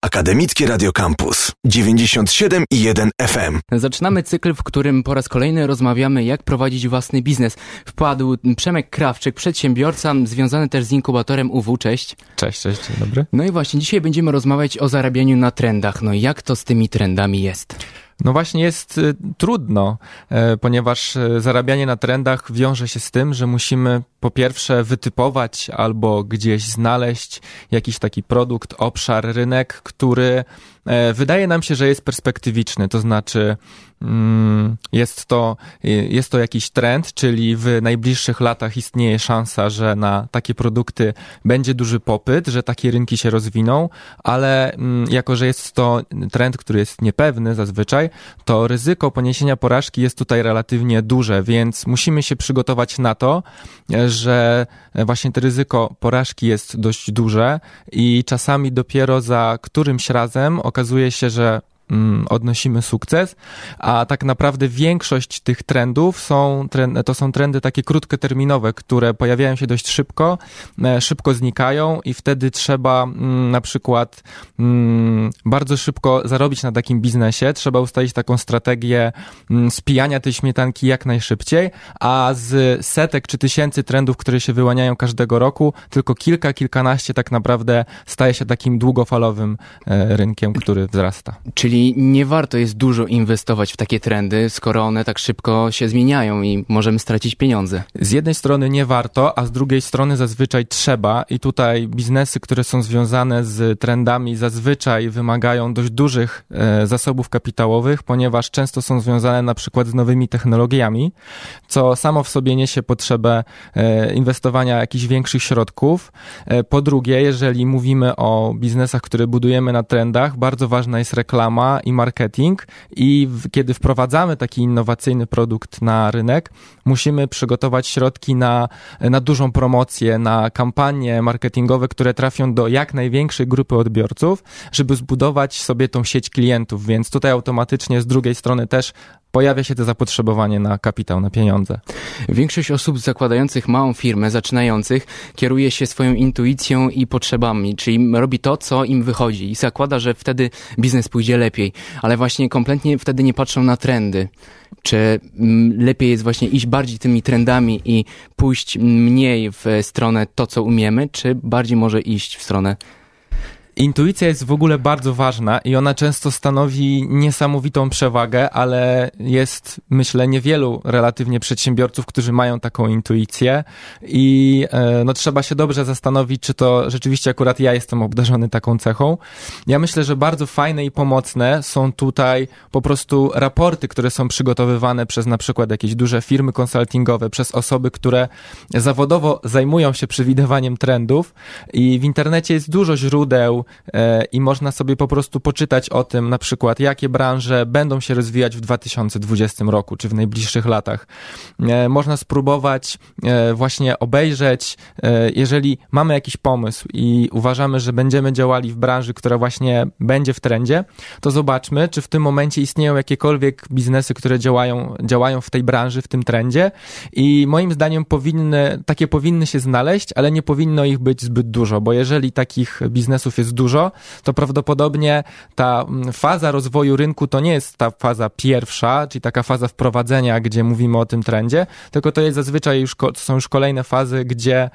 Akademickie Radio Campus 97,1 FM. Zaczynamy cykl, w którym po raz kolejny rozmawiamy, jak prowadzić własny biznes. Wpadł Przemek Krawczyk, przedsiębiorca związany też z inkubatorem UW. Cześć. Cześć, dzień dobry. No i właśnie, dzisiaj będziemy rozmawiać o zarabianiu na trendach. No i jak to z tymi trendami jest? No właśnie jest trudno, ponieważ zarabianie na trendach wiąże się z tym, że musimy po pierwsze wytypować albo gdzieś znaleźć jakiś taki produkt, obszar, rynek, który wydaje nam się, że jest perspektywiczny, to znaczy jest to jakiś trend, czyli w najbliższych latach istnieje szansa, że na takie produkty będzie duży popyt, że takie rynki się rozwiną, ale jako, że jest to trend, który jest niepewny zazwyczaj, to ryzyko poniesienia porażki jest tutaj relatywnie duże, więc musimy się przygotować na to, że właśnie to ryzyko porażki jest dość duże i czasami dopiero za którymś razem okazuje się, że odnosimy sukces, a tak naprawdę większość tych trendów to są trendy takie krótkoterminowe, które pojawiają się dość szybko znikają i wtedy trzeba na przykład bardzo szybko zarobić na takim biznesie, trzeba ustalić taką strategię spijania tej śmietanki jak najszybciej, a z setek czy tysięcy trendów, które się wyłaniają każdego roku, tylko kilkanaście tak naprawdę staje się takim długofalowym rynkiem, który wzrasta. Czyli nie warto jest dużo inwestować w takie trendy, skoro one tak szybko się zmieniają i możemy stracić pieniądze. Z jednej strony nie warto, a z drugiej strony zazwyczaj trzeba i tutaj biznesy, które są związane z trendami zazwyczaj wymagają dość dużych zasobów kapitałowych, ponieważ często są związane na przykład z nowymi technologiami, co samo w sobie niesie potrzebę inwestowania jakichś większych środków. Po drugie, jeżeli mówimy o biznesach, które budujemy na trendach, bardzo ważna jest reklama i marketing i kiedy wprowadzamy taki innowacyjny produkt na rynek, musimy przygotować środki na dużą promocję, na kampanie marketingowe, które trafią do jak największej grupy odbiorców, żeby zbudować sobie tą sieć klientów, więc tutaj automatycznie z drugiej strony też pojawia się to zapotrzebowanie na kapitał, na pieniądze. Większość osób zakładających małą firmę, zaczynających, kieruje się swoją intuicją i potrzebami, czyli robi to, co im wychodzi i zakłada, że wtedy biznes pójdzie lepiej, ale właśnie kompletnie wtedy nie patrzą na trendy. Czy lepiej jest właśnie iść bardziej tymi trendami i pójść mniej w stronę to, co umiemy, czy bardziej może iść w stronę... Intuicja jest w ogóle bardzo ważna i ona często stanowi niesamowitą przewagę, ale jest, myślę, niewielu relatywnie przedsiębiorców, którzy mają taką intuicję i trzeba się dobrze zastanowić, czy to rzeczywiście akurat ja jestem obdarzony taką cechą. Ja myślę, że bardzo fajne i pomocne są tutaj po prostu raporty, które są przygotowywane przez na przykład jakieś duże firmy konsultingowe, przez osoby, które zawodowo zajmują się przewidywaniem trendów i w internecie jest dużo źródeł i można sobie po prostu poczytać o tym, na przykład jakie branże będą się rozwijać w 2020 roku, czy w najbliższych latach. Można spróbować właśnie obejrzeć, jeżeli mamy jakiś pomysł i uważamy, że będziemy działali w branży, która właśnie będzie w trendzie, to zobaczmy, czy w tym momencie istnieją jakiekolwiek biznesy, które działają w tej branży, w tym trendzie i moim zdaniem powinny się znaleźć, ale nie powinno ich być zbyt dużo, bo jeżeli takich biznesów jest dużo, to prawdopodobnie ta faza rozwoju rynku to nie jest ta faza pierwsza, czyli taka faza wprowadzenia, gdzie mówimy o tym trendzie, tylko to jest zazwyczaj są już kolejne fazy, gdzie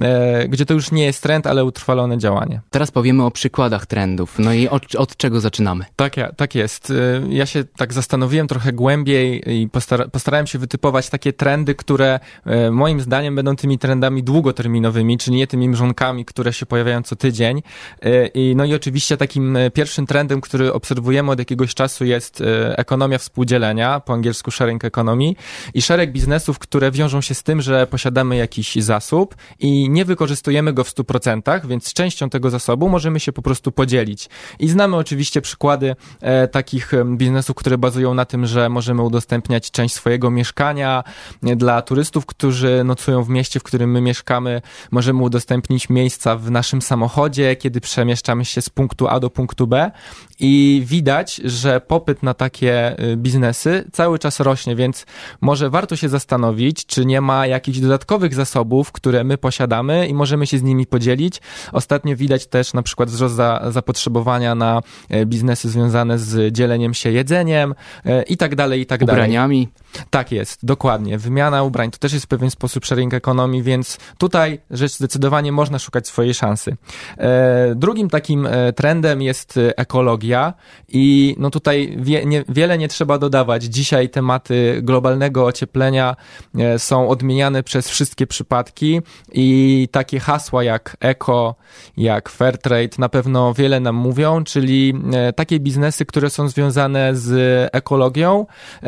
to już nie jest trend, ale utrwalone działanie. Teraz powiemy o przykładach trendów. No i od czego zaczynamy? Tak jest. Ja się tak zastanowiłem trochę głębiej i postarałem się wytypować takie trendy, które moim zdaniem będą tymi trendami długoterminowymi, czyli nie tymi mrzonkami, które się pojawiają co tydzień. No i oczywiście takim pierwszym trendem, który obserwujemy od jakiegoś czasu jest ekonomia współdzielenia, po angielsku sharing economy i szereg biznesów, które wiążą się z tym, że posiadamy jakiś zasób i nie wykorzystujemy go w 100%, więc z częścią tego zasobu możemy się po prostu podzielić. I znamy oczywiście przykłady takich biznesów, które bazują na tym, że możemy udostępniać część swojego mieszkania dla turystów, którzy nocują w mieście, w którym my mieszkamy. Możemy udostępnić miejsca w naszym samochodzie, kiedy przemieszczamy przemieszczamy się z punktu A do punktu B i widać, że popyt na takie biznesy cały czas rośnie, więc może warto się zastanowić, czy nie ma jakichś dodatkowych zasobów, które my posiadamy i możemy się z nimi podzielić. Ostatnio widać też na przykład wzrost zapotrzebowania na biznesy związane z dzieleniem się jedzeniem i tak dalej, i tak dalej. Ubraniami. Tak jest, dokładnie. Wymiana ubrań to też jest w pewien sposób sharing ekonomii, więc tutaj rzecz zdecydowanie można szukać swojej szansy. Drugim takim trendem jest ekologia i no tutaj wiele nie trzeba dodawać. Dzisiaj tematy globalnego ocieplenia są odmieniane przez wszystkie przypadki i takie hasła jak eko, jak fair trade na pewno wiele nam mówią, czyli takie biznesy, które są związane z ekologią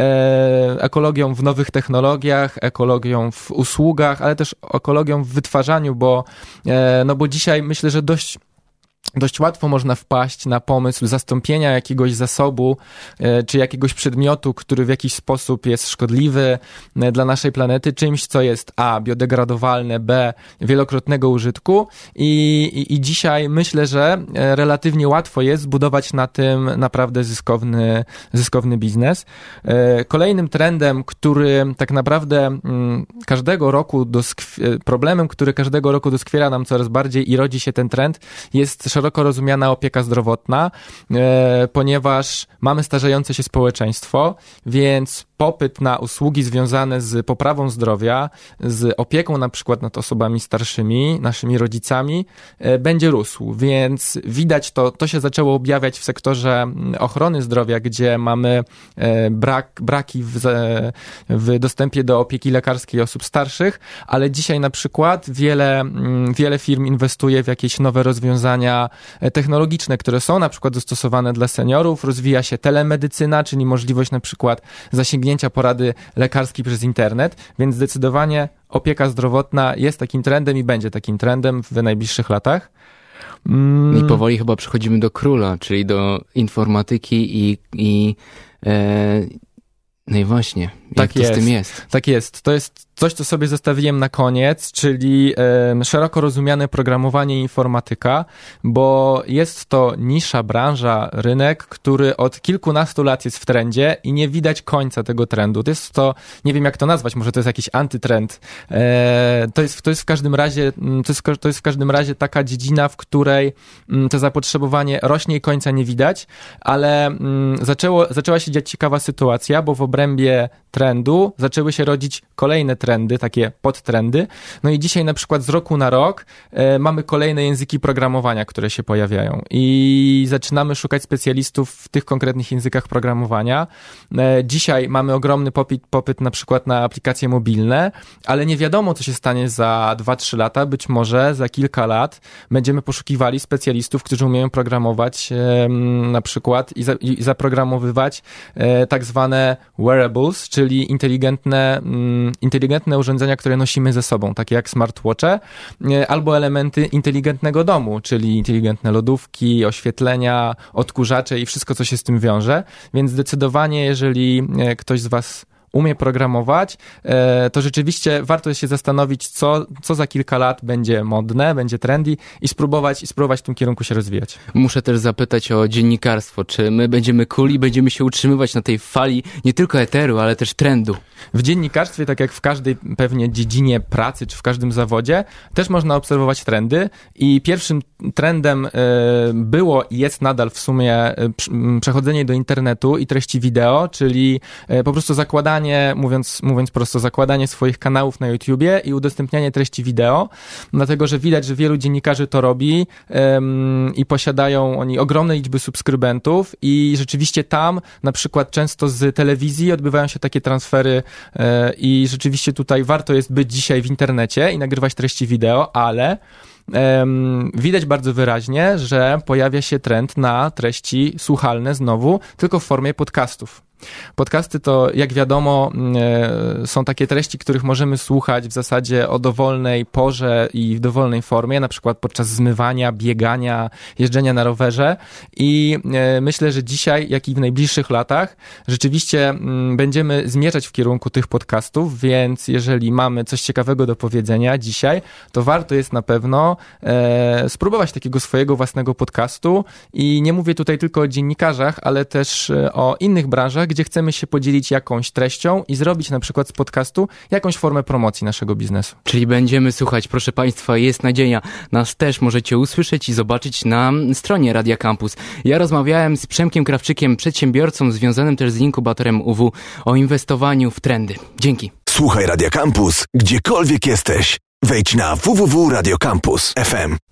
w nowych technologiach, ekologią w usługach, ale też ekologią w wytwarzaniu, bo dzisiaj myślę, że dość łatwo można wpaść na pomysł zastąpienia jakiegoś zasobu czy jakiegoś przedmiotu, który w jakiś sposób jest szkodliwy dla naszej planety, czymś, co jest A, biodegradowalne, B, wielokrotnego użytku i dzisiaj myślę, że relatywnie łatwo jest zbudować na tym naprawdę zyskowny biznes. Kolejnym trendem, który tak naprawdę każdego roku problemem, który każdego roku doskwiera nam coraz bardziej i rodzi się ten trend, jest szeroko rozumiana opieka zdrowotna, ponieważ mamy starzejące się społeczeństwo, więc popyt na usługi związane z poprawą zdrowia, z opieką na przykład nad osobami starszymi, naszymi rodzicami, będzie rósł, więc widać to się zaczęło objawiać w sektorze ochrony zdrowia, gdzie mamy braki w dostępie do opieki lekarskiej osób starszych, ale dzisiaj na przykład wiele firm inwestuje w jakieś nowe rozwiązania technologiczne, które są na przykład dostosowane dla seniorów, rozwija się telemedycyna, czyli możliwość na przykład zasięgnięcia porady lekarskiej przez internet, więc zdecydowanie opieka zdrowotna jest takim trendem i będzie takim trendem w najbliższych latach. I powoli chyba przechodzimy do króla, czyli do informatyki no i właśnie, jak to z tym jest? Tak jest. To jest coś, co sobie zostawiłem na koniec, czyli szeroko rozumiane programowanie i informatyka, bo jest to nisza, branża, rynek, który od kilkunastu lat jest w trendzie i nie widać końca tego trendu. To jest to, nie wiem jak to nazwać, może to jest jakiś antytrend. To jest w każdym razie taka dziedzina, w której to zapotrzebowanie rośnie i końca nie widać, ale zaczęła się dziać ciekawa sytuacja, bo w obrębie trendu zaczęły się rodzić kolejne trendy, takie podtrendy. No i dzisiaj na przykład z roku na rok mamy kolejne języki programowania, które się pojawiają i zaczynamy szukać specjalistów w tych konkretnych językach programowania. Dzisiaj mamy ogromny popyt na przykład na aplikacje mobilne, ale nie wiadomo, co się stanie za 2-3 lata. Być może za kilka lat będziemy poszukiwali specjalistów, którzy umieją programować na przykład i zaprogramowywać tak zwane wearables, czyli inteligentne urządzenia, które nosimy ze sobą, takie jak smartwatche, albo elementy inteligentnego domu, czyli inteligentne lodówki, oświetlenia, odkurzacze i wszystko, co się z tym wiąże. Więc zdecydowanie, jeżeli ktoś z was umie programować, to rzeczywiście warto się zastanowić, co za kilka lat będzie modne, będzie trendy i spróbować w tym kierunku się rozwijać. Muszę też zapytać o dziennikarstwo. Czy my będziemy cool i będziemy się utrzymywać na tej fali nie tylko eteru, ale też trendu? W dziennikarstwie, tak jak w każdej pewnie dziedzinie pracy, czy w każdym zawodzie, też można obserwować trendy i pierwszym trendem było i jest nadal w sumie przechodzenie do internetu i treści wideo, czyli po prostu zakładanie, mówiąc prosto, zakładanie swoich kanałów na YouTubie i udostępnianie treści wideo, dlatego, że widać, że wielu dziennikarzy to robi i posiadają oni ogromne liczby subskrybentów i rzeczywiście tam, na przykład często z telewizji odbywają się takie transfery i rzeczywiście tutaj warto jest być dzisiaj w internecie i nagrywać treści wideo, ale widać bardzo wyraźnie, że pojawia się trend na treści słuchalne znowu, tylko w formie podcastów. Podcasty to, jak wiadomo, są takie treści, których możemy słuchać w zasadzie o dowolnej porze i w dowolnej formie, na przykład podczas zmywania, biegania, jeżdżenia na rowerze i myślę, że dzisiaj, jak i w najbliższych latach, rzeczywiście będziemy zmierzać w kierunku tych podcastów, więc jeżeli mamy coś ciekawego do powiedzenia dzisiaj, to warto jest na pewno spróbować takiego swojego własnego podcastu i nie mówię tutaj tylko o dziennikarzach, ale też o innych branżach, gdzie chcemy się podzielić jakąś treścią i zrobić na przykład z podcastu jakąś formę promocji naszego biznesu. Czyli będziemy słuchać, proszę Państwa, jest nadzieja. Nas też możecie usłyszeć i zobaczyć na stronie Radia Campus. Ja rozmawiałem z Przemkiem Krawczykiem, przedsiębiorcą związanym też z inkubatorem UW, o inwestowaniu w trendy. Dzięki. Słuchaj Radia Campus, gdziekolwiek jesteś. Wejdź na www.radiocampus.fm.